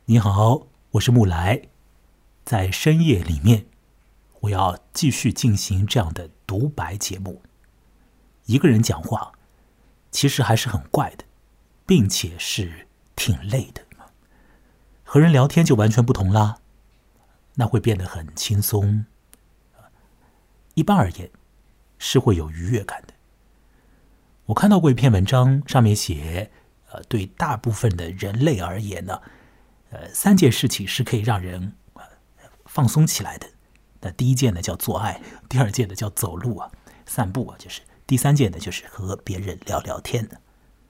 你好，我是木来，在深夜里面，我要继续进行这样的独白节目。一个人讲话，其实还是很怪的，并且是挺累的。和人聊天就完全不同啦，那会变得很轻松。一般而言，是会有愉悦感的。我看到过一篇文章，上面写，对大部分的人类而言呢，三件事情是可以让人放松起来的。那第一件呢叫做爱，第二件呢叫走路啊、散步啊，就是第三件呢就是和别人聊聊天的。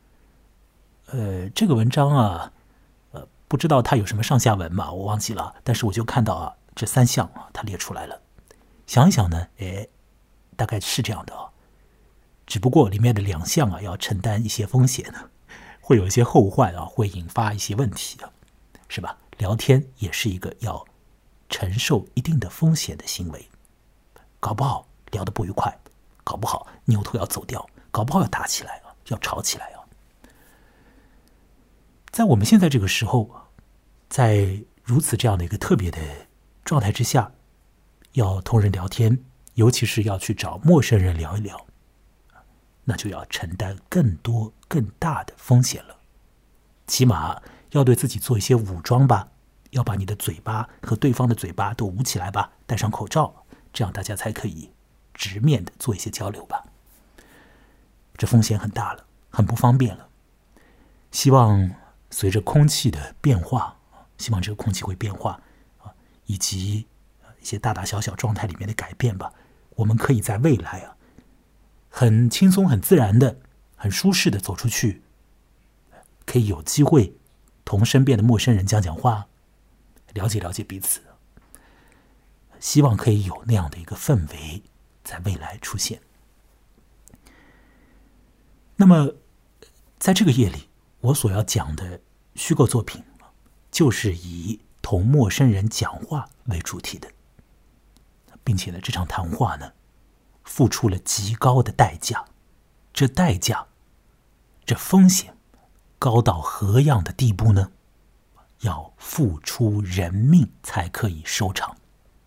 这个文章啊，不知道它有什么上下文嘛，我忘记了。但是我就看到啊，这三项啊，它列出来了。想一想呢，大概是这样的啊。只不过里面的两项啊，要承担一些风险呢，会有一些后患啊，会引发一些问题啊。是吧？聊天也是一个要承受一定的风险的行为，搞不好聊得不愉快，搞不好牛头要走掉，搞不好要打起来啊，要吵起来啊。在我们现在这个时候，在如此这样的一个特别的状态之下，要同人聊天，尤其是要去找陌生人聊一聊，那就要承担更多更大的风险了。起码要对自己做一些武装吧，要把你的嘴巴和对方的嘴巴都捂起来吧，戴上口罩，这样大家才可以直面的做一些交流吧。这风险很大了，很不方便了。希望随着空气的变化，希望这个空气会变化，以及一些大大小小状态里面的改变吧，我们可以在未来啊，很轻松、很自然的、很舒适的走出去，可以有机会同身边的陌生人讲讲话，了解了解彼此。希望可以有那样的一个氛围在未来出现。那么在这个夜里，我所要讲的虚构作品就是以同陌生人讲话为主题的，并且呢，这场谈话呢，付出了极高的代价。这代价，这风险高到何样的地步呢？要付出人命才可以收场。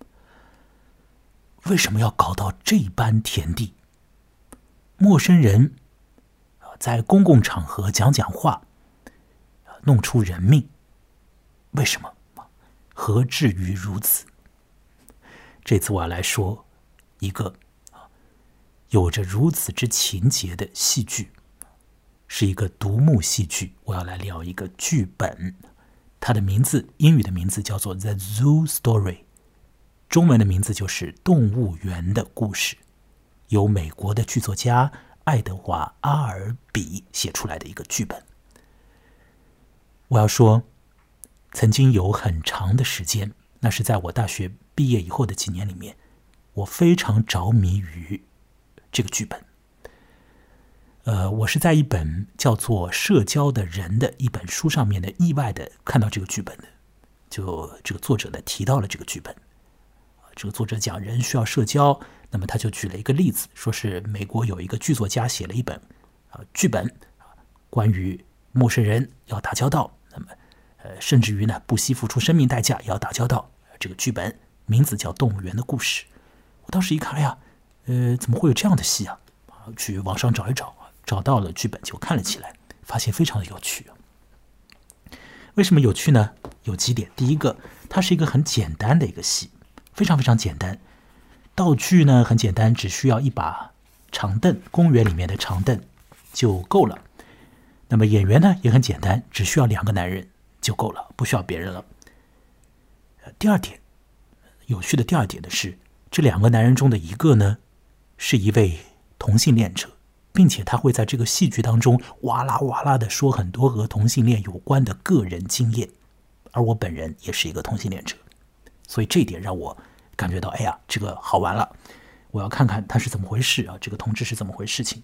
为什么要搞到这般田地？陌生人在公共场合讲讲话，弄出人命，为什么？何至于如此？这次我要来说一个有着如此之情节的戏剧，是一个独幕戏剧。我要来聊一个剧本，它的名字，英语的名字叫做 The Zoo Story， 中文的名字就是动物园的故事，由美国的剧作家爱德华·阿尔比写出来的一个剧本。我要说，曾经有很长的时间，那是在我大学毕业以后的几年里面，我非常着迷于这个剧本。我是在一本叫做《社交的人》的一本书上面的意外的看到这个剧本的。就这个作者呢提到了这个剧本，这个作者讲人需要社交，那么他就举了一个例子，说是美国有一个剧作家写了一本剧本，关于陌生人要打交道，那么甚至于呢不惜付出生命代价也要打交道。这个剧本名字叫《动物园的故事》。我当时一看，哎呀，怎么会有这样的戏啊？去网上找一找，找到了剧本就看了起来，发现非常的有趣。为什么有趣呢？有几点。第一个，它是一个很简单的一个戏，非常非常简单。道具呢很简单，只需要一把长凳，公园里面的长凳就够了。那么演员呢也很简单，只需要2个男人就够了，不需要别人了。第二点，有趣的第二点的是，这2个男人中的一个呢是一位同性恋者，并且他会在这个戏剧当中哇啦哇啦的说很多和同性恋有关的个人经验，而我本人也是一个同性恋者，所以这一点让我感觉到，哎呀，这个好玩了，我要看看他是怎么回事啊，这个同志是怎么回事情。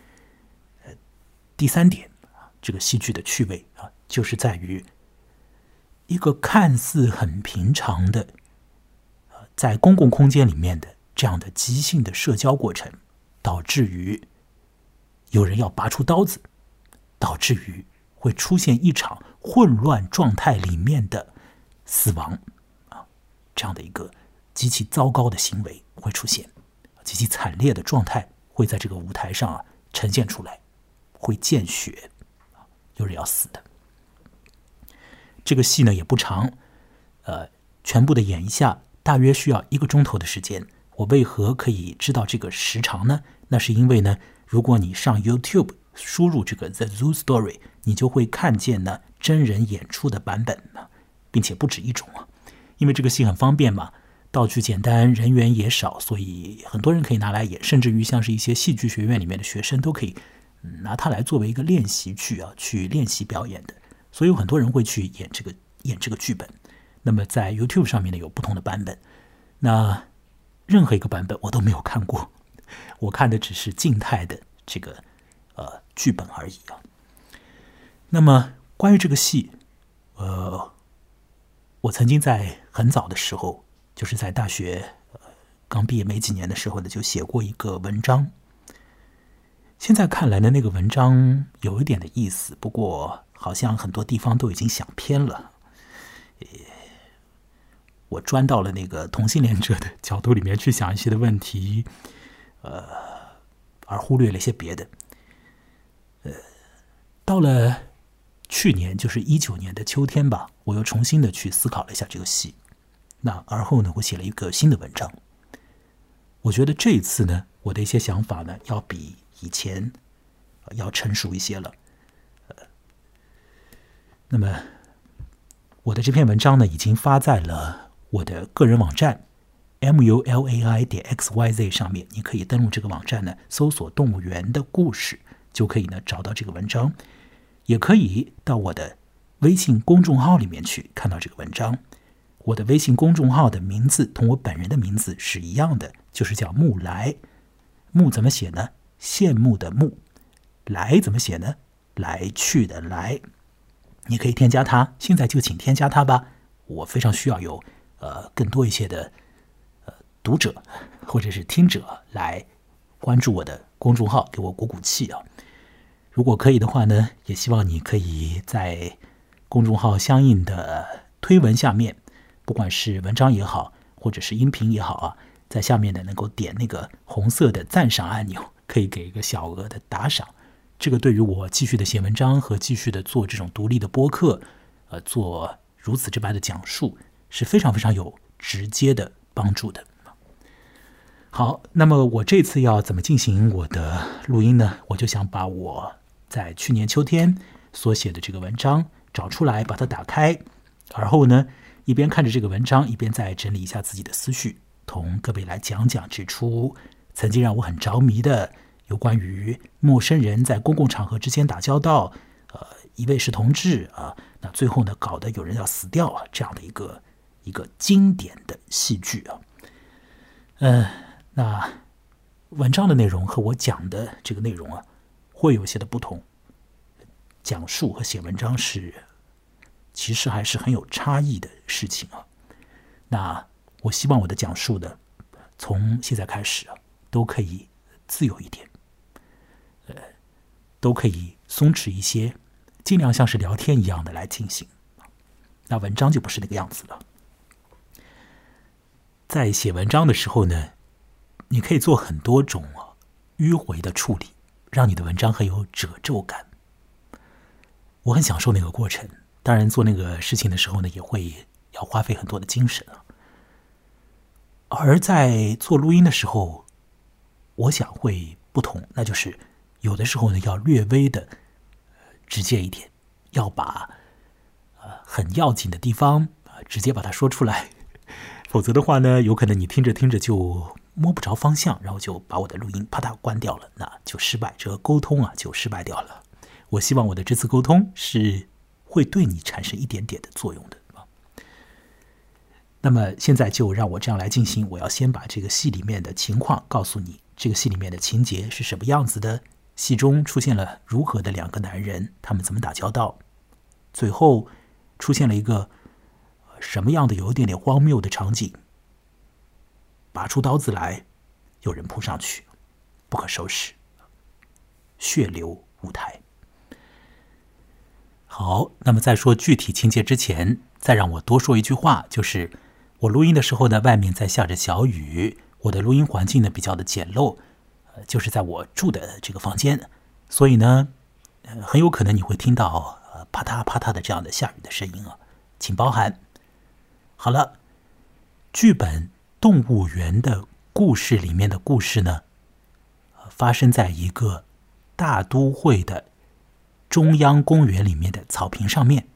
第三点，这个戏剧的趣味啊，就是在于一个看似很平常的在公共空间里面的这样的即兴的社交过程，导致于有人要拔出刀子，导致于会出现一场混乱状态里面的死亡这样的一个极其糟糕的行为会出现，极其惨烈的状态会在这个舞台上呈现出来，会见血，有人要死的。这个戏呢也不长，全部的演一下大约需要1个钟头的时间。我为何可以知道这个时长呢？那是因为呢，如果你上 YouTube 输入这个 The Zoo Story， 你就会看见呢真人演出的版本，并且不止一种啊。因为这个戏很方便嘛，道具简单，人员也少，所以很多人可以拿来演，甚至于像是一些戏剧学院里面的学生都可以拿它来作为一个练习剧去练习表演的。所以有很多人会去演这个剧本。那么在 YouTube 上面呢有不同的版本，那任何一个版本我都没有看过，我看的只是静态的这个剧本而已啊。那么关于这个戏，我曾经在很早的时候，就是在大学刚毕业没几年的时候呢，就写过一个文章。现在看来呢，那个文章有一点的意思，不过好像很多地方都已经想偏了。我钻到了那个同性恋者的角度里面去想一些的问题，而忽略了一些别的。到了去年，就是19年的秋天吧，我又重新的去思考了一下这个戏。那而后呢，我写了一个新的文章。我觉得这一次呢，我的一些想法呢，要比以前要成熟一些了。那么我的这篇文章呢，已经发在了我的个人网站 mulai.xyz 上面，你可以登录这个网站呢，搜索动物园的故事，就可以呢找到这个文章。也可以到我的微信公众号里面去看到这个文章。我的微信公众号的名字同我本人的名字是一样的，就是叫木来。木怎么写呢？羡慕的慕。来怎么写呢？来去的来。你可以添加它，现在就请添加它吧。我非常需要有更多一些的读者或者是听者来关注我的公众号，给我鼓鼓气啊。如果可以的话呢，也希望你可以在公众号相应的推文下面，不管是文章也好，或者是音频也好在下面呢能够点那个红色的赞赏按钮，可以给一个小额的打赏。这个对于我继续的写文章和继续的做这种独立的播客，做如此这般的讲述，是非常非常有直接的帮助的。好，那么我这次要怎么进行我的录音呢？我就想把我在去年秋天所写的这个文章找出来，把它打开，而后呢，一边看着这个文章，一边再整理一下自己的思绪，同各位来讲讲这出曾经让我很着迷的有关于陌生人在公共场合之间打交道，一位是同志那最后呢搞得有人要死掉这样的一个经典的戏剧那文章的内容和我讲的这个内容会有些的不同。讲述和写文章其实还是很有差异的事情那我希望我的讲述呢，从现在开始都可以自由一点，都可以松弛一些，尽量像是聊天一样的来进行。那文章就不是那个样子了。在写文章的时候呢，你可以做很多种迂回的处理，让你的文章很有褶皱感。我很享受那个过程，当然做那个事情的时候呢，也会要花费很多的精神而在做录音的时候，我想会不同，那就是有的时候呢要略微的直接一点，要把很要紧的地方直接把它说出来，否则的话呢，有可能你听着听着就摸不着方向，然后就把我的录音啪嗒关掉了，那就失败，这个沟通就失败掉了。我希望我的这次沟通是会对你产生一点点的作用的那么现在就让我这样来进行，我要先把这个戏里面的情况告诉你，这个戏里面的情节是什么样子的，戏中出现了如何的两个男人，他们怎么打交道，最后出现了一个什么样的有一点点荒谬的场景，拔出刀子来，有人扑上去，不可收拾，血流舞台。好，那么在说具体情节之前， 再让我多说一句话，就是我录音的时候呢，外面在下着小雨，我的录音环境呢比较的简陋，就是在我住的这个房间，所以呢，很有可能你会听到啪嗒啪嗒的这样的下雨的声音啊，请包涵。好了，剧本《动物园的故事》里面的故事呢，发生在一个大都会的中央公园里面的草坪上面。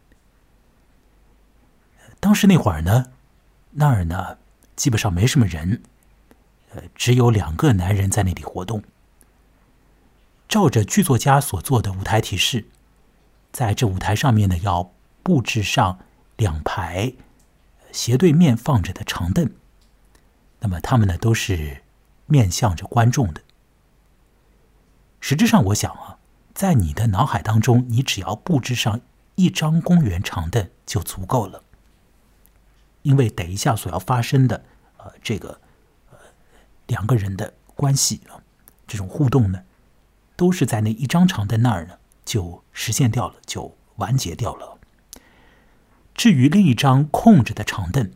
当时那会儿呢，那儿呢基本上没什么人，只有2个男人在那里活动。照着剧作家所做的舞台提示，在这舞台上面呢，要布置上2排斜对面放着的长凳，那么他们呢都是面向着观众的。实质上我想啊，在你的脑海当中，你只要布置上1张公园长凳就足够了，因为等一下所要发生的这个2个人的关系啊，这种互动呢，都是在那1张长凳那儿呢就实现掉了，就完结掉了。至于另1张空着的长凳，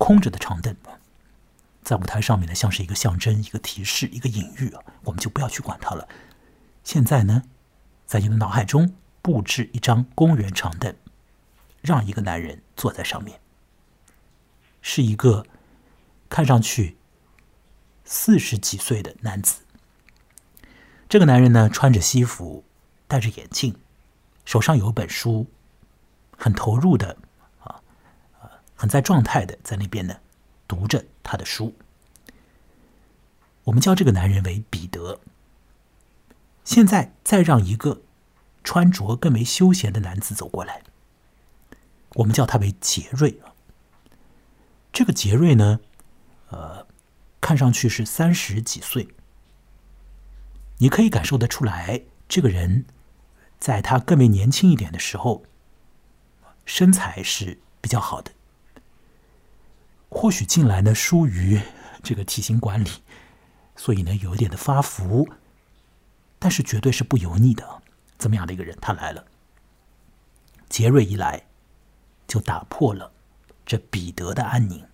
在舞台上面呢，像是一个象征、一个提示、一个隐喻啊，我们就不要去管它了。现在呢，在你的脑海中布置1张公园长凳，让一个男人坐在上面，是一个看上去40几岁的男子。这个男人呢，穿着西服，戴着眼镜，手上有本书，很投入的很在状态的在那边呢读着他的书。我们叫这个男人为彼得。现在再让一个穿着更为休闲的男子走过来，我们叫他为杰瑞。这个杰瑞呢，看上去是30几岁，你可以感受得出来，这个人在他更为年轻一点的时候，身材是比较好的。或许近来呢疏于这个体型管理，所以呢有一点的发福，但是绝对是不油腻的。这么样的一个人他来了，杰瑞一来就打破了这彼得的安宁。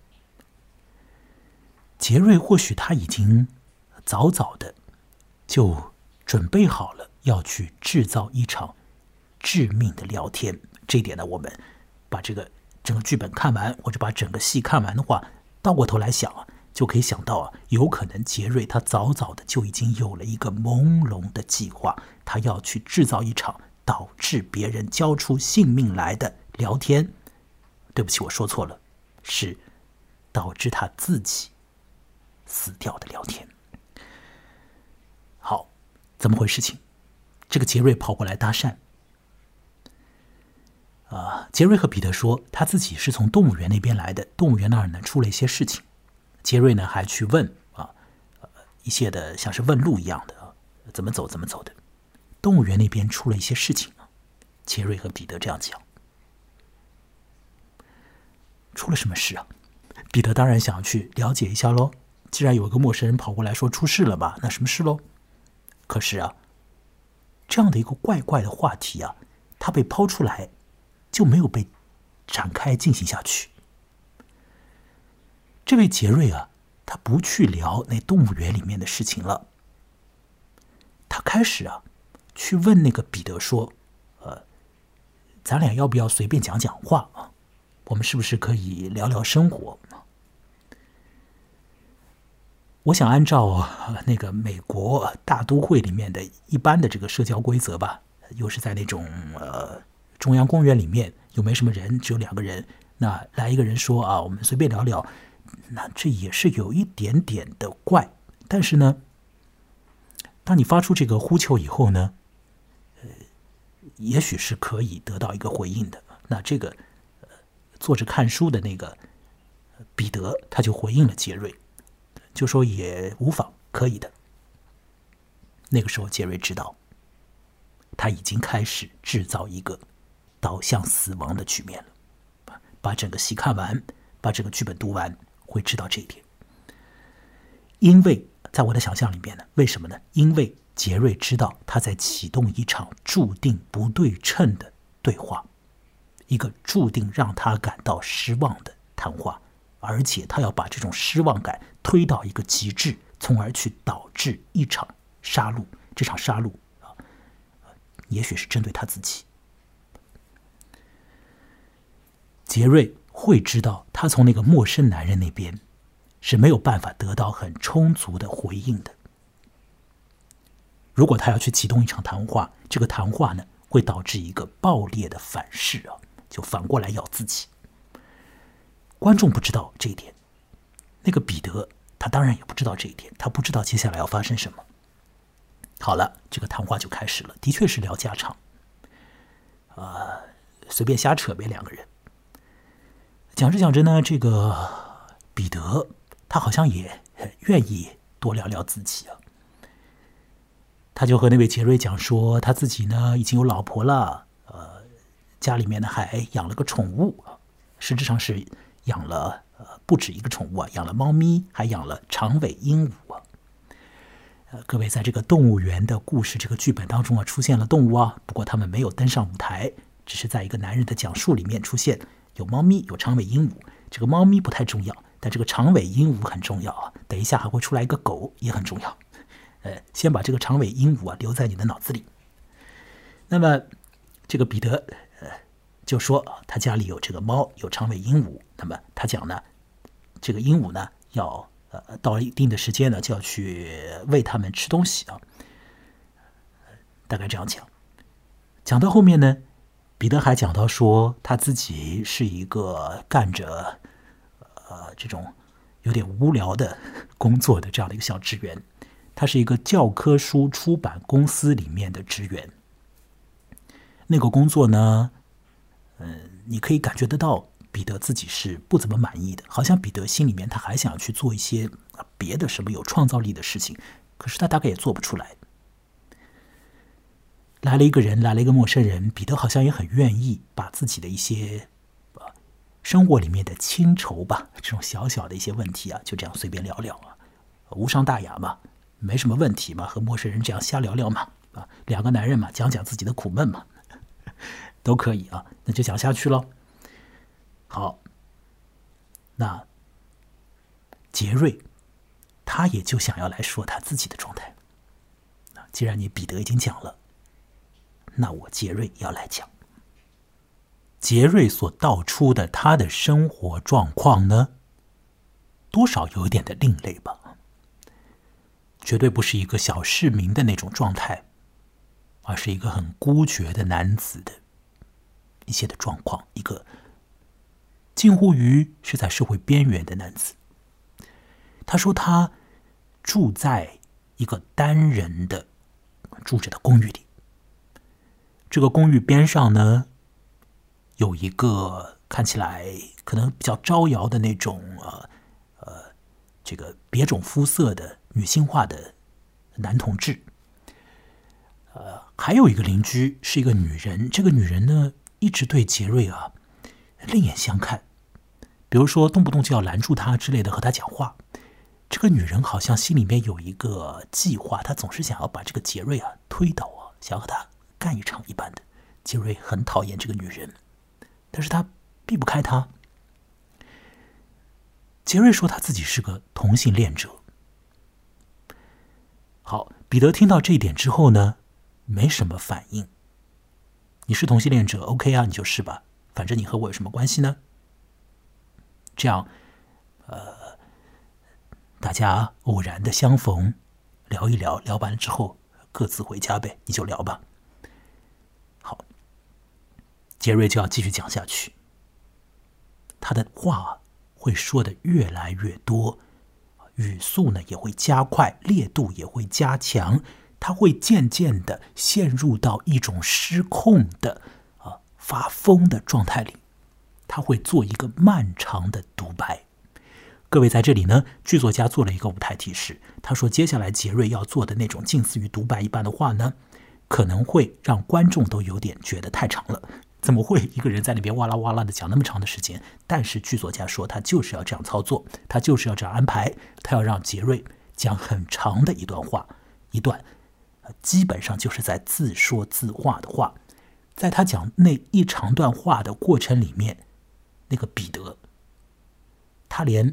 杰瑞或许他已经早早的就准备好了要去制造一场致命的聊天。这一点呢，我们把这个整个剧本看完，或者把整个戏看完的话，倒过头来想啊，就可以想到啊，有可能杰瑞他早早的就已经有了一个朦胧的计划，他要去制造一场导致别人交出性命来的聊天。对不起，我说错了，是导致他自己死掉的聊天。好，怎么回事情？这个杰瑞跑过来搭讪。杰瑞和彼得说他自己是从动物园那边来的，动物园那儿呢出了一些事情。杰瑞呢还去问一些的像是问路一样的怎么走的。动物园那边出了一些事情杰瑞和彼得这样讲。出了什么事啊？彼得当然想要去了解一下咯，既然有一个陌生人跑过来说出事了吧，那什么事咯？可是这样的一个怪怪的话题他被抛出来就没有被展开进行下去。这位杰瑞他不去聊那动物园里面的事情了，他开始去问那个彼得说，咱俩要不要随便讲讲话我们是不是可以聊聊生活？我想按照那个美国大都会里面的一般的这个社交规则吧，又是在那种中央公园里面，又没什么人，只有2个人，那来一个人说我们随便聊聊，那这也是有一点点的怪。但是呢，当你发出这个呼求以后呢，也许是可以得到一个回应的。那这个坐着看书的那个彼得他就回应了杰瑞，就说也无妨，可以的。那个时候杰瑞知道他已经开始制造一个导向死亡的局面了。把整个戏看完，把这个剧本读完，会知道这一点。因为在我的想象里面呢，为什么呢？因为杰瑞知道他在启动一场注定不对称的对话， 一个注定让他感到失望的谈话，而且他要把这种失望感推到一个极致，从而去导致一场杀戮。这场杀戮也许是针对他自己。杰瑞会知道，他从那个陌生男人那边是没有办法得到很充足的回应的。如果他要去启动一场谈话，这个谈话呢，会导致一个爆裂的反噬就反过来咬自己。观众不知道这一点，那个彼得他当然也不知道这一点，他不知道接下来要发生什么。好了，这个谈话就开始了，的确是聊家常，随便瞎扯呗，两个人讲着讲着呢，这个彼得他好像也愿意多聊聊自己他就和那位杰瑞讲说，他自己呢已经有老婆了，家里面呢还养了个宠物，实质上是养了不止一个宠物养了猫咪，还养了长尾鹦鹉各位在这个动物园的故事这个剧本当中出现了动物不过他们没有登上舞台，只是在一个男人的讲述里面出现，有猫咪，有长尾鹦鹉。这个猫咪不太重要，但这个长尾鹦鹉很重要等一下还会出来一个狗，也很重要。先把这个长尾鹦鹉留在你的脑子里。那么这个彼得就说他家里有这个猫，有长尾鹦鹉。那么他讲呢，这个鹦鹉呢要到了一定的时间呢，就要去喂它们吃东西大概这样讲。讲到后面呢，彼得还讲到说，他自己是一个干着这种有点无聊的工作的这样的一个小职员。他是一个教科书出版公司里面的职员。那个工作呢，你可以感觉得到彼得自己是不怎么满意的，好像彼得心里面他还想去做一些别的什么有创造力的事情，可是他大概也做不出来。来了一个人，来了一个陌生人，彼得好像也很愿意把自己的一些生活里面的清愁吧，这种小小的一些问题就这样随便聊聊无伤大雅嘛，没什么问题嘛，和陌生人这样瞎聊聊嘛两个男人嘛，讲讲自己的苦闷嘛都可以那就讲下去咯。好，那杰瑞他也就想要来说他自己的状态。既然你彼得已经讲了，那我杰瑞要来讲。杰瑞所道出的他的生活状况呢，多少有一点的另类吧，绝对不是一个小市民的那种状态，而是一个很孤绝的男子的一些的状况，一个近乎于是在社会边缘的男子。他说他住在一个单人的住着的公寓里，这个公寓边上呢有一个看起来可能比较招摇的那种这个别种肤色的女性化的男同志。还有一个邻居是一个女人，这个女人呢一直对杰瑞另眼相看，比如说动不动就要拦住他之类的和他讲话。这个女人好像心里面有一个计划，她总是想要把这个杰瑞推倒想要和他干一场一般的。杰瑞很讨厌这个女人，但是他避不开她。杰瑞说他自己是个同性恋者。好，彼得听到这一点之后呢，没什么反应。你是同性恋者 OK 你就是吧，反正你和我有什么关系呢？这样大家偶然的相逢，聊一聊，聊完了之后各自回家呗，你就聊吧。好，杰瑞就要继续讲下去，他的话会说的越来越多，语速呢也会加快，烈度也会加强，他会渐渐的陷入到一种失控的发疯的状态里，他会做一个漫长的独白。各位在这里呢，剧作家做了一个舞台提示，他说接下来杰瑞要做的那种近似于独白一般的话呢，可能会让观众都有点觉得太长了，怎么会一个人在那边哇啦哇啦的讲那么长的时间？但是剧作家说他就是要这样操作，他就是要这样安排，他要让杰瑞讲很长的一段话，一段基本上就是在自说自话的话。 在他讲那一长段话的过程里面，那个彼得，他连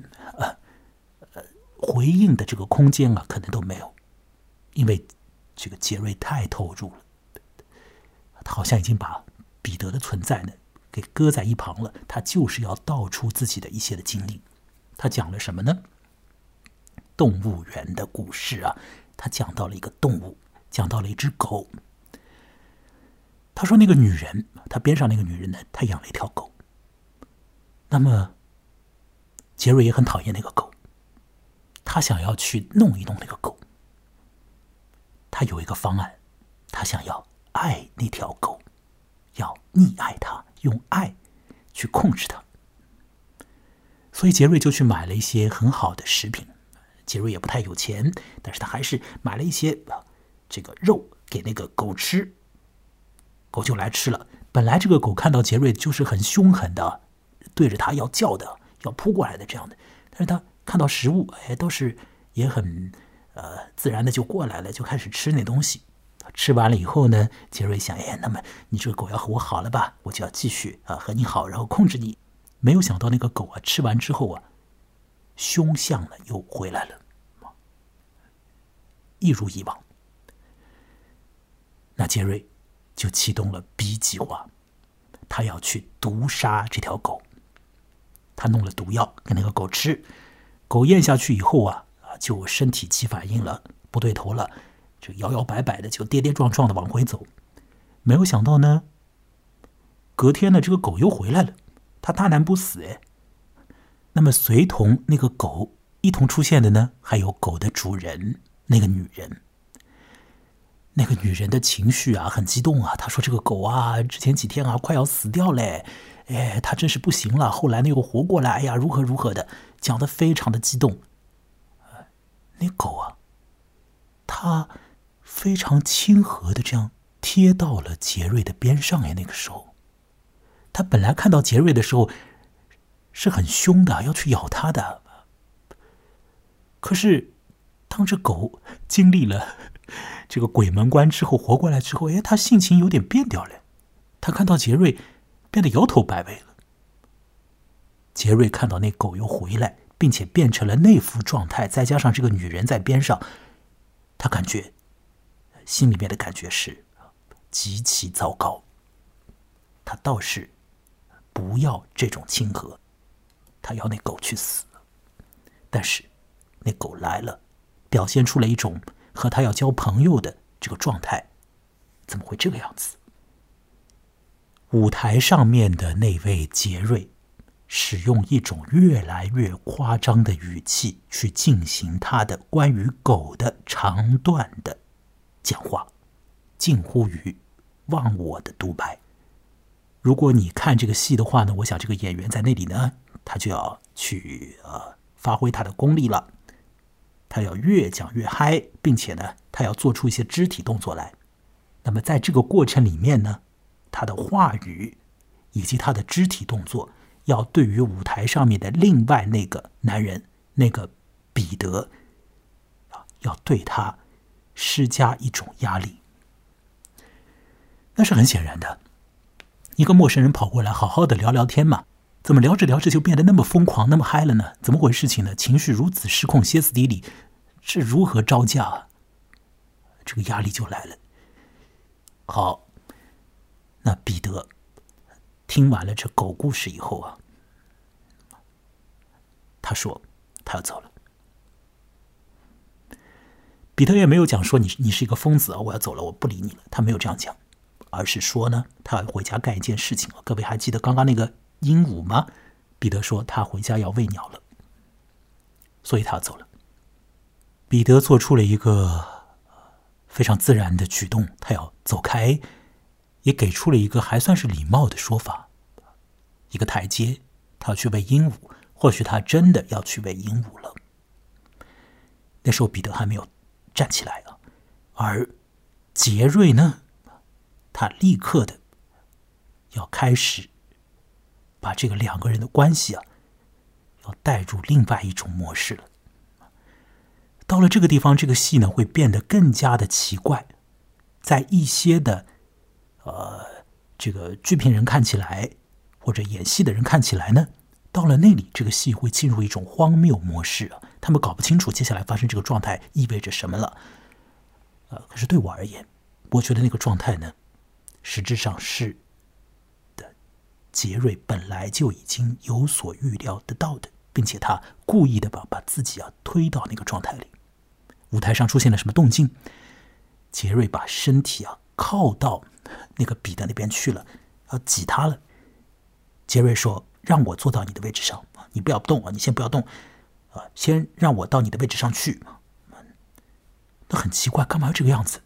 回应的这个空间可能都没有，因为这个杰瑞太投入了，他好像已经把彼得的存在呢给搁在一旁了，他就是要道出自己的一些的经历。他讲了什么呢？动物园的故事他讲到了一个动物，讲到了一只狗。他说那个女人，他边上那个女人呢，她养了一条狗。那么杰瑞也很讨厌那个狗，他想要去弄一弄那个狗。他有一个方案，他想要爱那条狗，要溺爱它，用爱去控制它。所以杰瑞就去买了一些很好的食品。杰瑞也不太有钱，但是他还是买了一些这个肉给那个狗吃，狗就来吃了。本来这个狗看到杰瑞就是很凶狠的，对着他要叫的，要扑过来的这样的，但是他看到食物都是也很自然的就过来了，就开始吃那东西。吃完了以后呢，杰瑞想，那么你这个狗要和我好了吧，我就要继续和你好，然后控制你。没有想到那个狗吃完之后凶相呢又回来了，一如以往。那杰瑞就启动了 B 计划，他要去毒杀这条狗。他弄了毒药给那个狗吃，狗咽下去以后就身体起反应了，不对头了，就摇摇摆摆的，就跌跌撞撞的往回走。没有想到呢，隔天呢，这个狗又回来了，它大难不死那么随同那个狗一同出现的呢，还有狗的主人那个女人。那个女人的情绪很激动她说这个狗之前几天快要死掉嘞，她真是不行了，后来呢又活过来，如何如何的，讲得非常的激动。那狗它非常亲和的这样贴到了杰瑞的边上那个时候，他本来看到杰瑞的时候是很凶的，要去咬他的。可是当这狗经历了这个鬼门关之后，活过来之后，他性情有点变掉了。他看到杰瑞变得摇头摆尾了。杰瑞看到那狗又回来，并且变成了那副状态，再加上这个女人在边上，他感觉心里面的感觉是极其糟糕。他倒是不要这种亲和，他要那狗去死。但是那狗来了，表现出了一种和他要交朋友的这个状态，怎么会这个样子？舞台上面的那位杰瑞使用一种越来越夸张的语气去进行他的关于狗的长段的讲话，近乎于忘我的独白。如果你看这个戏的话呢，我想这个演员在那里呢，他就要去发挥他的功力了，他要越讲越嗨，并且呢他要做出一些肢体动作来。那么在这个过程里面呢，他的话语以及他的肢体动作要对于舞台上面的另外那个男人，那个彼得要对他施加一种压力。那是很显然的，一个陌生人跑过来好好的聊聊天嘛，怎么聊着聊着就变得那么疯狂那么嗨了呢？怎么回事情呢？情绪如此失控歇斯底里，是如何招架这个压力就来了。好，那彼得听完了这狗故事以后他说他要走了。彼得也没有讲说你是一个疯子我要走了，我不理你了，他没有这样讲，而是说呢，他要回家干一件事情。各位还记得刚刚那个鹦鹉吗？彼得说他回家要喂鸟了，所以他要走了。彼得做出了一个非常自然的举动，他要走开，也给出了一个还算是礼貌的说法，一个台阶，他要去喂鹦鹉，或许他真的要去喂鹦鹉了。那时候彼得还没有站起来而杰瑞呢，他立刻的要开始把这个两个人的关系要带入另外一种模式了。到了这个地方，这个戏呢会变得更加的奇怪，在一些的这个剧评人看起来，或者演戏的人看起来呢，到了那里，这个戏会进入一种荒谬模式啊，他们搞不清楚接下来发生这个状态意味着什么了。可是对我而言，我觉得那个状态呢，实质上是的，杰瑞本来就已经有所预料得到的，并且他故意的把自己推到那个状态里。舞台上出现了什么动静？杰瑞把身体靠到那个彼得那边去了，要挤他了。杰瑞说：“让我坐到你的位置上，你不要动啊，你先不要动，先让我到你的位置上去。”那很奇怪，干嘛要这个样子？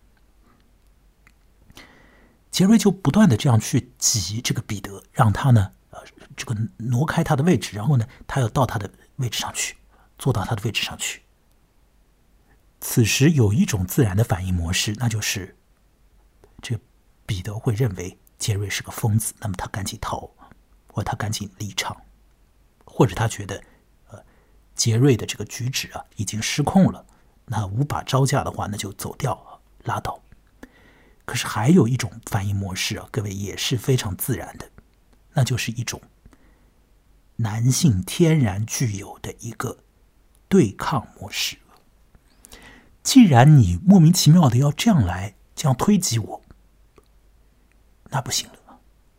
杰瑞就不断的这样去挤这个彼得，让他呢，这个挪开他的位置，然后呢，他要到他的位置上去，坐到他的位置上去。此时有一种自然的反应模式，那就是这彼得会认为杰瑞是个疯子，那么他赶紧逃，或他赶紧离场，或者他觉得杰瑞的这个举止已经失控了，那无法招架的话，那就走掉拉倒。可是还有一种反应模式各位也是非常自然的，那就是一种男性天然具有的一个对抗模式。既然你莫名其妙的要这样来，这样推挤我，那不行了。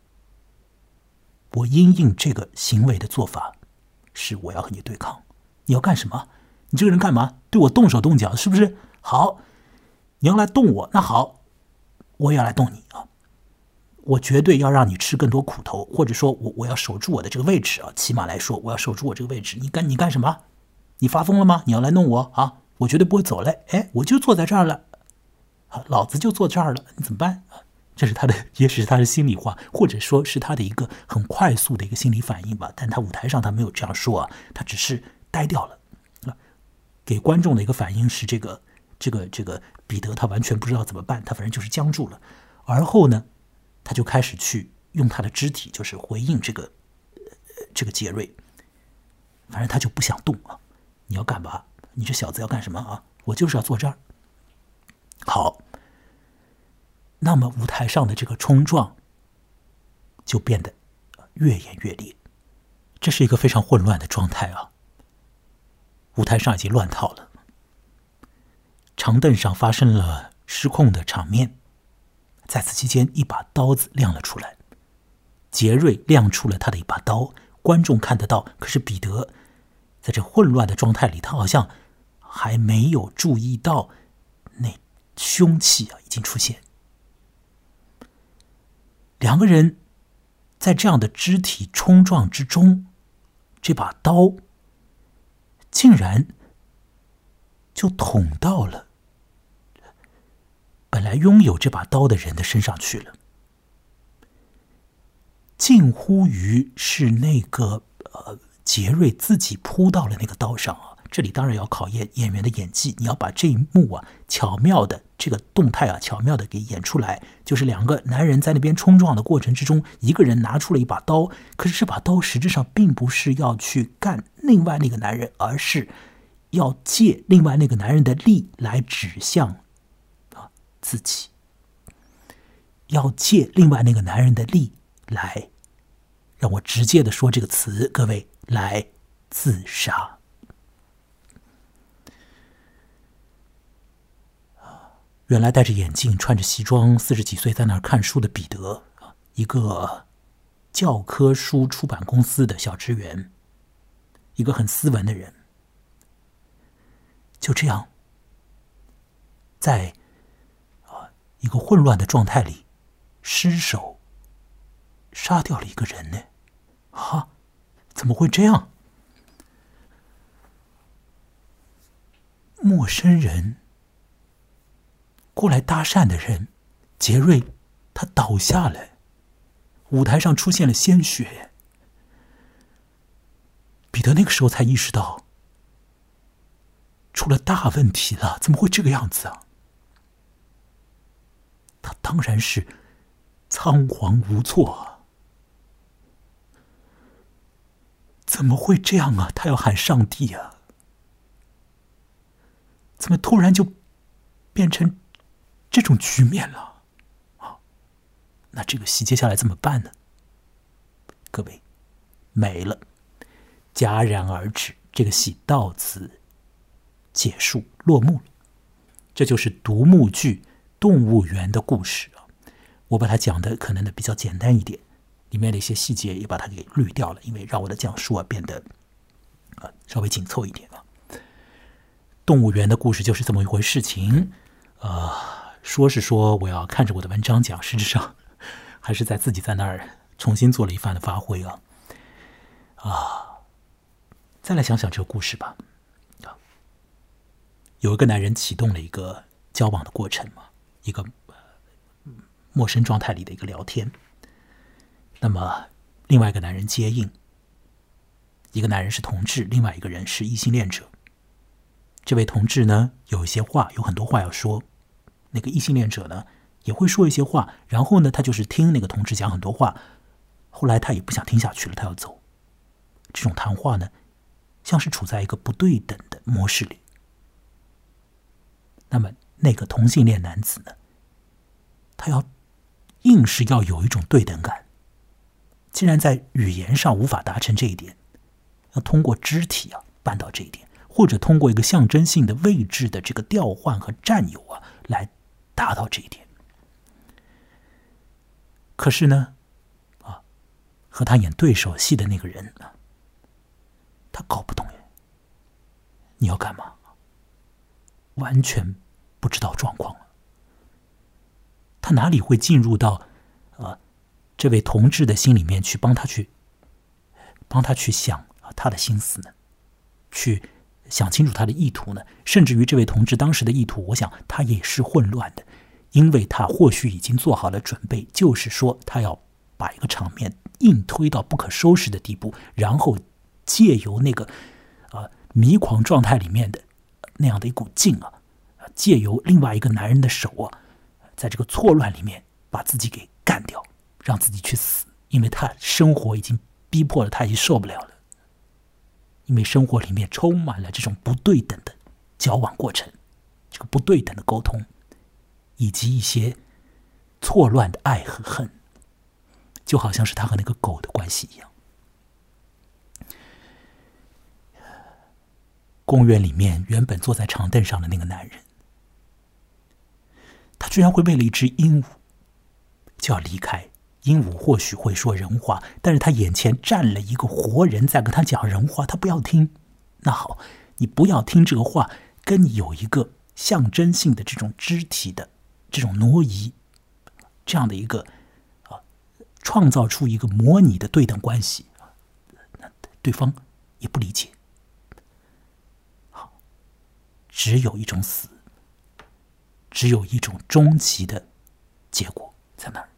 我因应这个行为的做法是我要和你对抗。你要干什么？你这个人干嘛？对我动手动脚，是不是？好，你要来动我，那好，我也要来动你我绝对要让你吃更多苦头，或者说我要守住我的这个位置起码来说，我要守住我这个位置。你干什么？你发疯了吗？你要来弄我我绝对不会走嘞！我就坐在这儿了，老子就坐这儿了，你怎么办？这是他的，也许是他的心里话，或者说是他的一个很快速的一个心理反应吧。但他舞台上他没有这样说他只是呆掉了。给观众的一个反应是这个彼得他完全不知道怎么办，他反正就是僵住了。而后呢，他就开始去用他的肢体，就是回应这个杰瑞。反正他就不想动你要干嘛？你这小子要干什么我就是要坐这儿。好，那么舞台上的这个冲撞就变得越演越烈，这是一个非常混乱的状态舞台上已经乱套了，长凳上发生了失控的场面。在此期间，一把刀子亮了出来，杰瑞亮出了他的一把刀，观众看得到，可是彼得在这混乱的状态里，他好像还没有注意到那凶器已经出现。两个人在这样的肢体冲撞之中，这把刀竟然就捅到了本来拥有这把刀的人的身上去了，近乎于是那个杰瑞自己扑到了那个刀上这里当然要考验演员的演技，你要把这一幕巧妙的这个动态巧妙的给演出来。就是两个男人在那边冲撞的过程之中，一个人拿出了一把刀，可是这把刀实质上并不是要去干另外那个男人，而是要借另外那个男人的力来指向自己，要借另外那个男人的力来，让我直接的说这个词，各位，来自杀。原来戴着眼镜穿着西装40几岁在那儿看书的彼得，一个教科书出版公司的小职员，一个很斯文的人，就这样在一个混乱的状态里失手杀掉了一个人呢怎么会这样？陌生人过来搭讪的人杰瑞，他倒下了，舞台上出现了鲜血。彼得那个时候才意识到出了大问题了，怎么会这个样子他当然是仓皇无措怎么会这样他要喊上帝怎么突然就变成这种局面了那这个戏接下来怎么办呢？各位，没了，戛然而止，这个戏到此结束落幕了。这就是独幕剧《动物园的故事》啊。我把它讲的可能的比较简单一点，里面的一些细节也把它给滤掉了，因为让我的讲述变得稍微紧凑一点啊。动物园的故事就是这么一回事情，说是说我要看着我的文章讲，实质上还是自己在那儿重新做了一番的发挥啊。再来想想这个故事吧。有一个男人启动了一个交往的过程嘛，一个陌生状态里的一个聊天。那么另外一个男人接应，一个男人是同志，另外一个人是异性恋者。这位同志呢，有一些话，有很多话要说，那个异性恋者呢也会说一些话，然后呢他就是听那个同志讲很多话，后来他也不想听下去了，他要走。这种谈话呢像是处在一个不对等的模式里。那么那个同性恋男子呢，他硬是要有一种对等感，既然在语言上无法达成这一点，要通过肢体办到这一点，或者通过一个象征性的位置的这个调换和占有来达到这一点。可是呢和他演对手戏的那个人他搞不懂你要干嘛，完全不知道状况。他哪里会进入到这位同志的心里面去帮他去想他的心思呢？去想清楚他的意图呢？甚至于这位同志当时的意图，我想他也是混乱的，因为他或许已经做好了准备，就是说他要把一个场面硬推到不可收拾的地步，然后借由那个迷狂状态里面的那样的一股劲借由另外一个男人的手在这个错乱里面把自己给干掉，让自己去死，因为他生活已经逼迫了他，已经受不了了。因为生活里面充满了这种不对等的交往过程，这个不对等的沟通，以及一些错乱的爱和恨，就好像是他和那个狗的关系一样。公园里面原本坐在长凳上的那个男人，他居然会为了一只鹦鹉就要离开。鹦鹉或许会说人话，但是他眼前站了一个活人在跟他讲人话，他不要听。那好，你不要听这个话，跟你有一个象征性的这种肢体的这种挪移，这样的一个创造出一个模拟的对等关系，对方也不理解。只有一种死，只有一种终极的结果在那儿。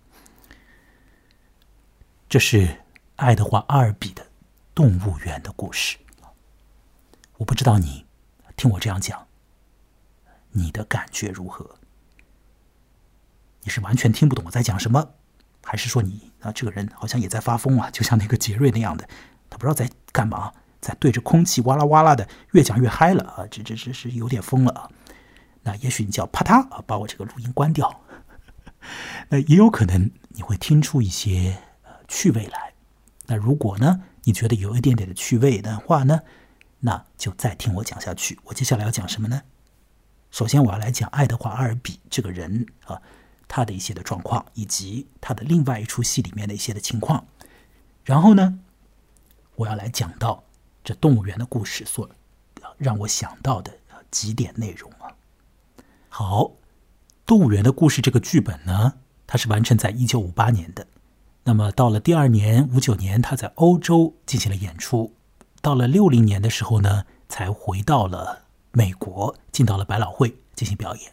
这是爱德华·阿尔比的动物园的故事。我不知道你听我这样讲，你的感觉如何？你是完全听不懂我在讲什么，还是说你这个人好像也在发疯就像那个杰瑞那样的，他不知道在干嘛，在对着空气哇啦哇啦的越讲越嗨了这是有点疯了那也许你就要啪嗒把我这个录音关掉。那也有可能你会听出一些趣味来。那如果呢你觉得有一点点的趣味的话呢，那就再听我讲下去。我接下来要讲什么呢？首先我要来讲爱德华·阿尔比这个人他的一些的状况，以及他的另外一出戏里面的一些的情况。然后呢我要来讲到这动物园的故事所让我想到的几点内容好，动物园的故事这个剧本呢，它是完成在1958年的。那么到了第二年59年他在欧洲进行了演出，到了60年的时候呢才回到了美国，进到了百老汇进行表演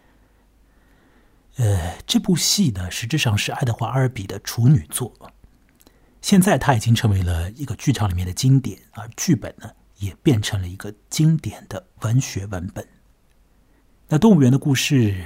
这部戏呢实质上是爱德华·阿尔比的处女作，现在它已经成为了一个剧场里面的经典，而剧本呢也变成了一个经典的文学文本。那动物园的故事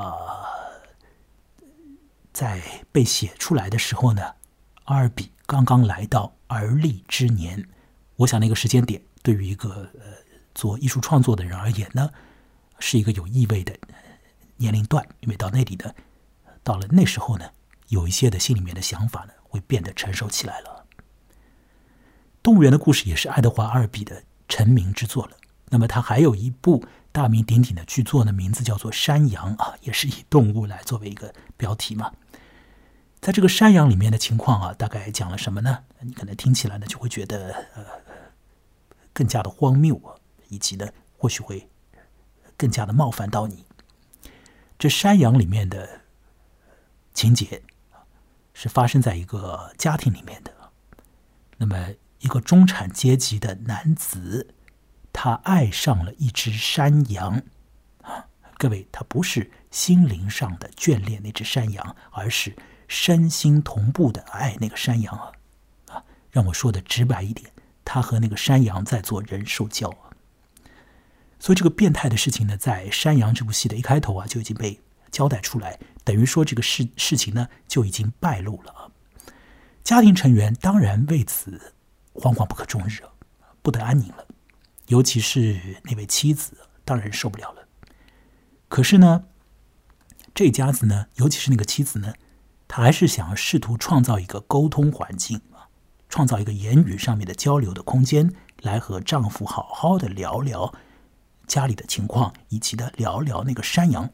在被写出来的时候呢，阿尔比刚刚来到而立之年。我想那个时间点对于一个做艺术创作的人而言呢，是一个有意味的年龄段，因为到那里的到了那时候呢， 有一些的心里面的想法呢，会变得成熟起来了。动物园的故事也是爱德华·阿尔比的成名之作了。那么他还有一部大名鼎鼎的剧作呢，名字叫做《山羊》啊，也是以动物来作为一个标题嘛。在这个山羊里面的情况啊，大概讲了什么呢？你可能听起来呢就会觉得更加的荒谬啊，以及呢或许会更加的冒犯到你。这山羊里面的情节是发生在一个家庭里面的。那么一个中产阶级的男子，他爱上了一只山羊啊，各位，他不是心灵上的眷恋那只山羊，而是身心同步的爱那个山羊啊！让我说的直白一点，他和那个山羊在做人兽交啊！所以这个变态的事情呢，在《山羊》这部戏的一开头啊，就已经被交代出来，等于说这个事情呢就已经败露了啊！家庭成员当然为此惶惶不可终日，不得安宁了，尤其是那位妻子，当然受不了了。可是呢，这家子呢，尤其是那个妻子呢，她还是想要试图创造一个沟通环境啊，创造一个言语上面的交流的空间，来和丈夫好好的聊聊家里的情况，以及的聊聊那个山羊。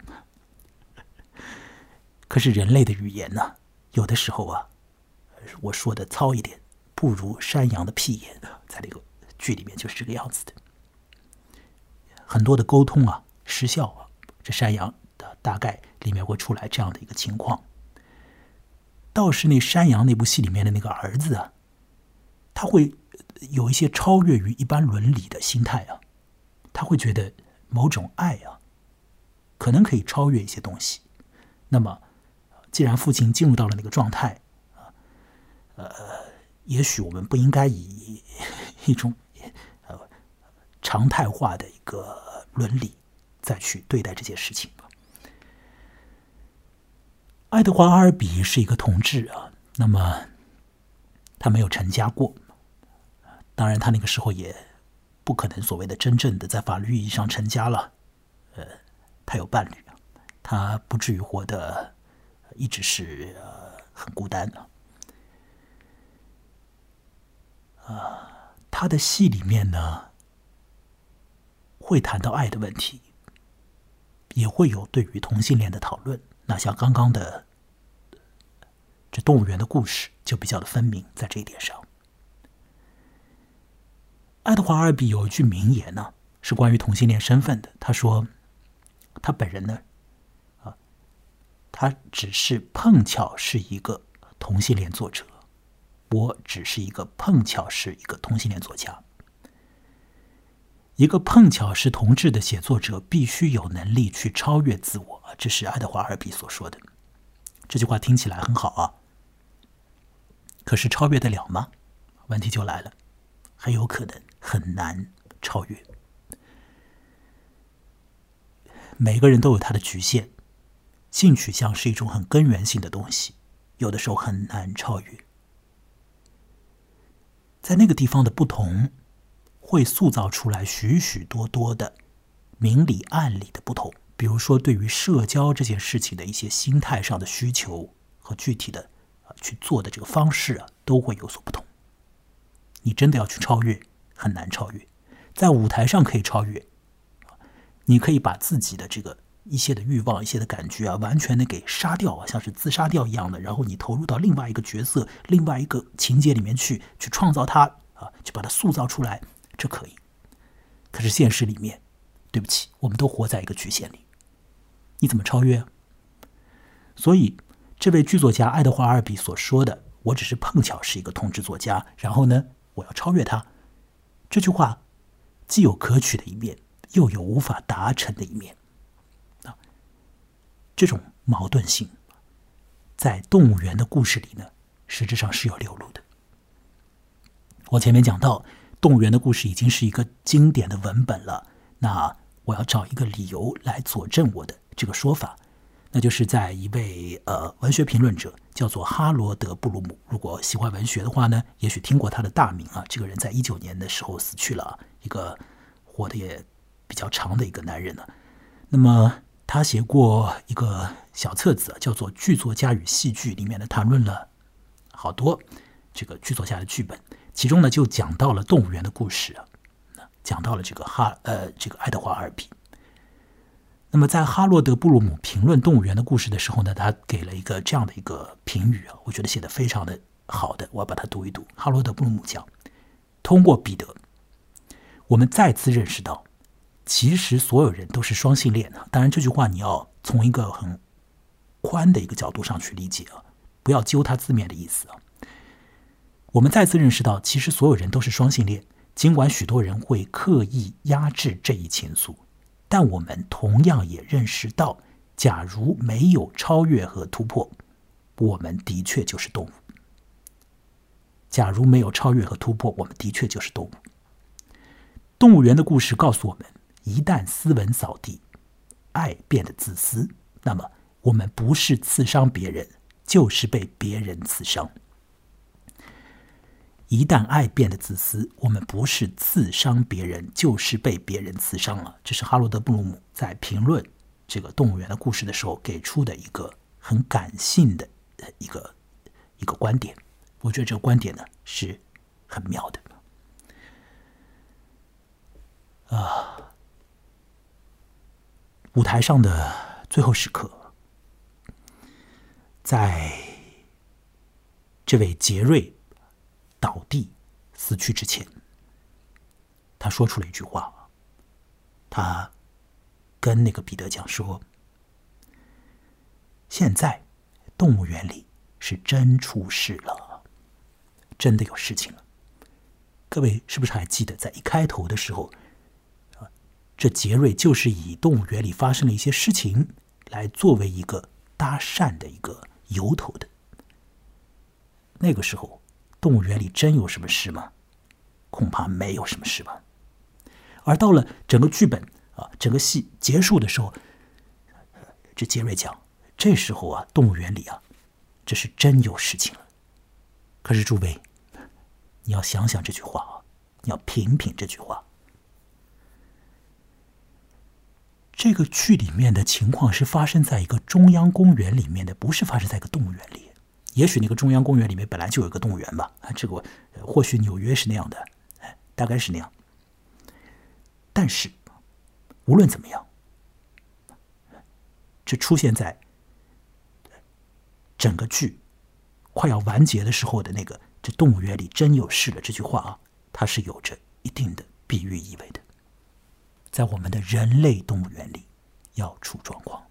可是人类的语言呢，有的时候啊，我说的糙一点，不如山羊的屁眼，在那个剧里面就是这个样子的。很多的沟通啊失效啊，这山羊的大概里面会出来这样的一个情况。倒是那山羊那部戏里面的那个儿子啊，他会有一些超越于一般伦理的心态啊，他会觉得某种爱啊，可能可以超越一些东西。那么既然父亲进入到了那个状态也许我们不应该以一种常态化的一个伦理再去对待这件事情吧。爱德华·阿尔比是一个同志啊，那么他没有成家过，当然他那个时候也不可能所谓的真正的在法律意义上成家了，他有伴侣，他不至于活得一直是很孤单的。他的戏里面呢，会谈到爱的问题，也会有对于同性恋的讨论。那像刚刚的这动物园的故事就比较的分明，在这一点上。爱德华·阿尔比有一句名言呢，是关于同性恋身份的。他说，他本人呢，他只是碰巧是一个同性恋作者，我只是一个碰巧是一个同性恋作家。一个碰巧是同志的写作者必须有能力去超越自我，这是爱德华·阿尔比所说的。这句话听起来很好啊，可是超越得了吗？问题就来了，很有可能很难超越。每个人都有他的局限，性取向是一种很根源性的东西，有的时候很难超越。在那个地方的不同，会塑造出来许许多多的明里暗里的不同。比如说对于社交这件事情的一些心态上的需求和具体的去做的这个方式啊，都会有所不同。你真的要去超越，很难超越。在舞台上可以超越，你可以把自己的这个一些的欲望、一些的感觉啊，完全的给杀掉啊，像是自杀掉一样的，然后你投入到另外一个角色、另外一个情节里面去创造它啊，去把它塑造出来，这可以。可是现实里面，对不起，我们都活在一个局限里，你怎么超越啊？所以这位剧作家爱德华·阿尔比所说的“我只是碰巧是一个同志作家，然后呢，我要超越他”，这句话既有可取的一面，又有无法达成的一面。这种矛盾性在动物园的故事里呢，实质上是有流露的。我前面讲到动物园的故事已经是一个经典的文本了，那我要找一个理由来佐证我的这个说法，那就是在一位文学评论者叫做哈罗德·布鲁姆，如果喜欢文学的话呢，也许听过他的大名啊。这个人在19年的时候死去了，一个活得也比较长的一个男人呢。那么他写过一个小册子，叫做《剧作家与戏剧》，里面呢谈论了好多这个剧作家的剧本，其中呢就讲到了动物园的故事啊，讲到了这个爱德华·阿尔比。那么在哈罗德·布鲁姆评论动物园的故事的时候呢，他给了一个这样的一个评语啊，我觉得写得非常的好的，我要把它读一读。哈罗德·布鲁姆讲，通过彼得，我们再次认识到，其实所有人都是双性恋。当然这句话你要从一个很宽的一个角度上去理解啊，不要揪它字面的意思啊。我们再次认识到，其实所有人都是双性恋，尽管许多人会刻意压制这一情愫，但我们同样也认识到，假如没有超越和突破，我们的确就是动物。假如没有超越和突破，我们的确就是动物。动物园的故事告诉我们，一旦斯文扫地，爱变得自私，那么我们不是刺伤别人，就是被别人刺伤。一旦爱变得自私，我们不是刺伤别人，就是被别人刺伤了。这是哈罗德·布鲁姆在评论这个动物园的故事的时候给出的一个很感性的一个观点。我觉得这个观点呢是很妙的。舞台上的最后时刻，在这位杰瑞倒地死去之前，他说出了一句话，他跟那个彼得讲说，现在动物园里是真出事了，真的有事情了。各位是不是还记得在一开头的时候，这杰瑞就是以动物园里发生了一些事情来作为一个搭讪的一个由头的。那个时候动物园里真有什么事吗？恐怕没有什么事吧。而到了整个剧本整个戏结束的时候，这杰瑞讲，这时候动物园里这是真有事情了。可是诸位，你要想想这句话你要品品这句话。这个剧里面的情况是发生在一个中央公园里面的，不是发生在一个动物园里。也许那个中央公园里面本来就有一个动物园吧，这个或许纽约是那样的，大概是那样。但是无论怎么样，这出现在整个剧快要完结的时候的那个这动物园里真有事了这句话它是有着一定的比喻意味的。在我们的人类动物园里要出状况，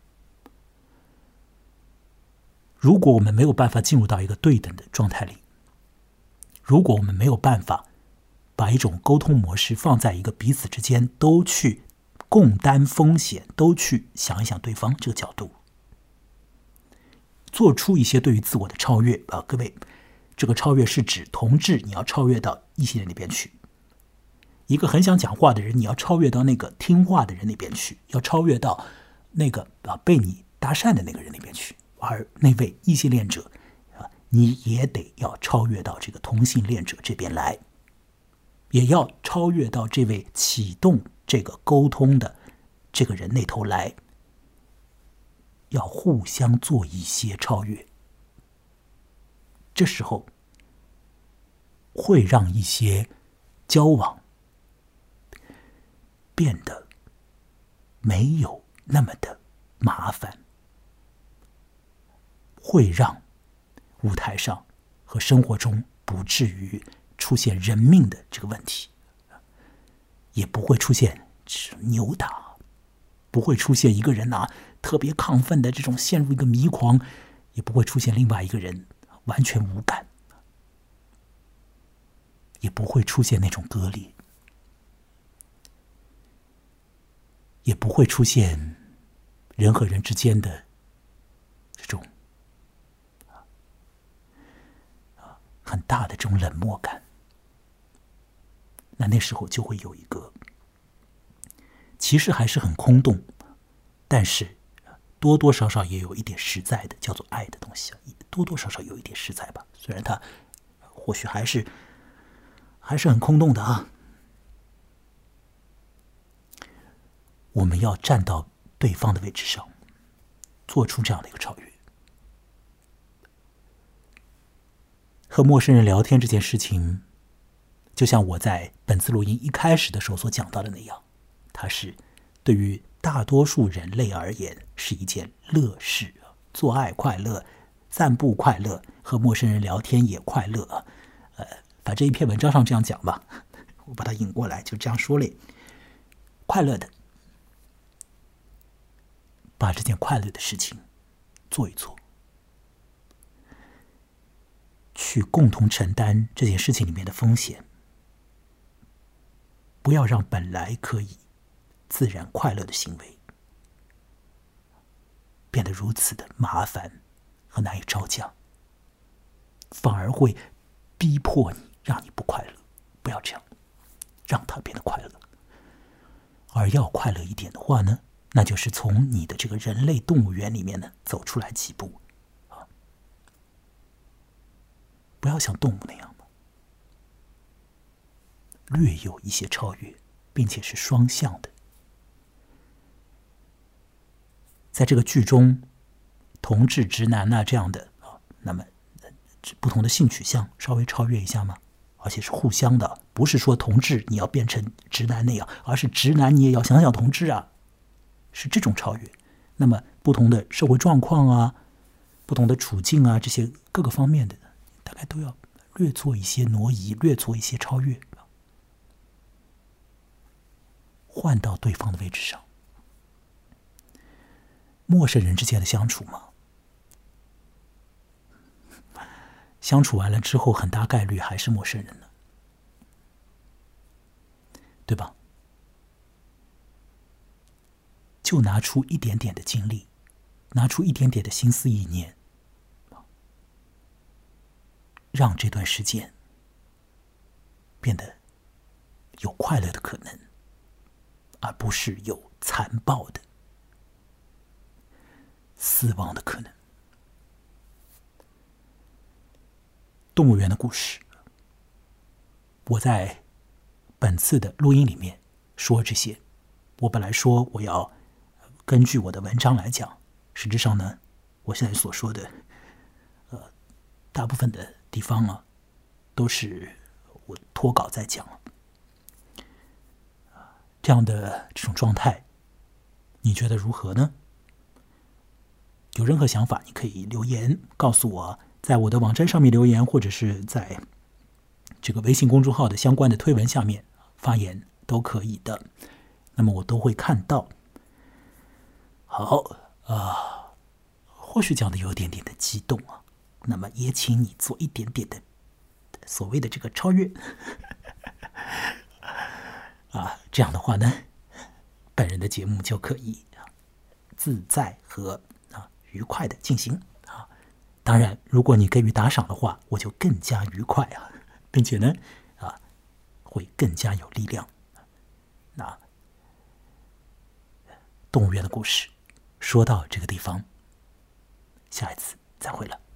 如果我们没有办法进入到一个对等的状态里，如果我们没有办法把一种沟通模式放在一个彼此之间都去共担风险，都去想一想对方这个角度，做出一些对于自我的超越各位，这个超越是指同志你要超越到异性人那边去，一个很想讲话的人你要超越到那个听话的人那边去，要超越到那个被你搭讪的那个人那边去，而那位异性恋者你也得要超越到这个同性恋者这边来，也要超越到这位启动这个沟通的这个人那头来，要互相做一些超越。这时候会让一些交往变得没有那么的麻烦，会让舞台上和生活中不至于出现人命的这个问题，也不会出现扭打，不会出现一个人特别亢奋的这种陷入一个迷狂，也不会出现另外一个人完全无感，也不会出现那种割裂，也不会出现人和人之间的这种很大的这种冷漠感。那时候就会有一个其实还是很空洞，但是多多少少也有一点实在的叫做爱的东西，多多少少有一点实在吧，虽然它或许还是很空洞的我们要站到对方的位置上，做出这样的一个超越。和陌生人聊天这件事情，就像我在本次录音一开始的时候所讲到的那样，它是对于大多数人类而言是一件乐事，做爱快乐，散步快乐，和陌生人聊天也快乐。反正一篇文章上这样讲吧，我把它引过来，就这样说嘞。快乐的，把这件快乐的事情做一做，去共同承担这件事情里面的风险，不要让本来可以自然快乐的行为变得如此的麻烦和难以招架，反而会逼迫你，让你不快乐。不要这样，让它变得快乐。而要快乐一点的话呢，那就是从你的这个人类动物园里面呢走出来几步啊，不要像动物那样嘛，略有一些超越，并且是双向的。在这个剧中，同志、直男啊这样的啊，那么不同的性取向稍微超越一下吗？而且是互相的，不是说同志你要变成直男那样，而是直男你也要想想同志啊，是这种超越。那么不同的社会状况啊，不同的处境啊，这些各个方面的，大概都要略做一些挪移，略做一些超越，换到对方的位置上。陌生人之间的相处嘛，相处完了之后，很大概率还是陌生人呢，对吧？就拿出一点点的精力，拿出一点点的心思意念，让这段时间变得有快乐的可能，而不是有残暴的死亡的可能。动物园的故事，我在本次的录音里面说这些。我本来说我要根据我的文章来讲，实质上呢，我现在所说的大部分的地方啊，都是我脱稿在讲了。这样的这种状态，你觉得如何呢？有任何想法，你可以留言告诉我，在我的网站上面留言，或者是在这个微信公众号的相关的推文下面发言都可以的，那么我都会看到。好或许讲的有点点的激动啊，那么也请你做一点点的所谓的这个超越这样的话呢，本人的节目就可以自在和愉快的进行啊。当然，如果你给予打赏的话，我就更加愉快啊，并且呢会更加有力量。那动物园的故事说到这个地方，下一次再会了。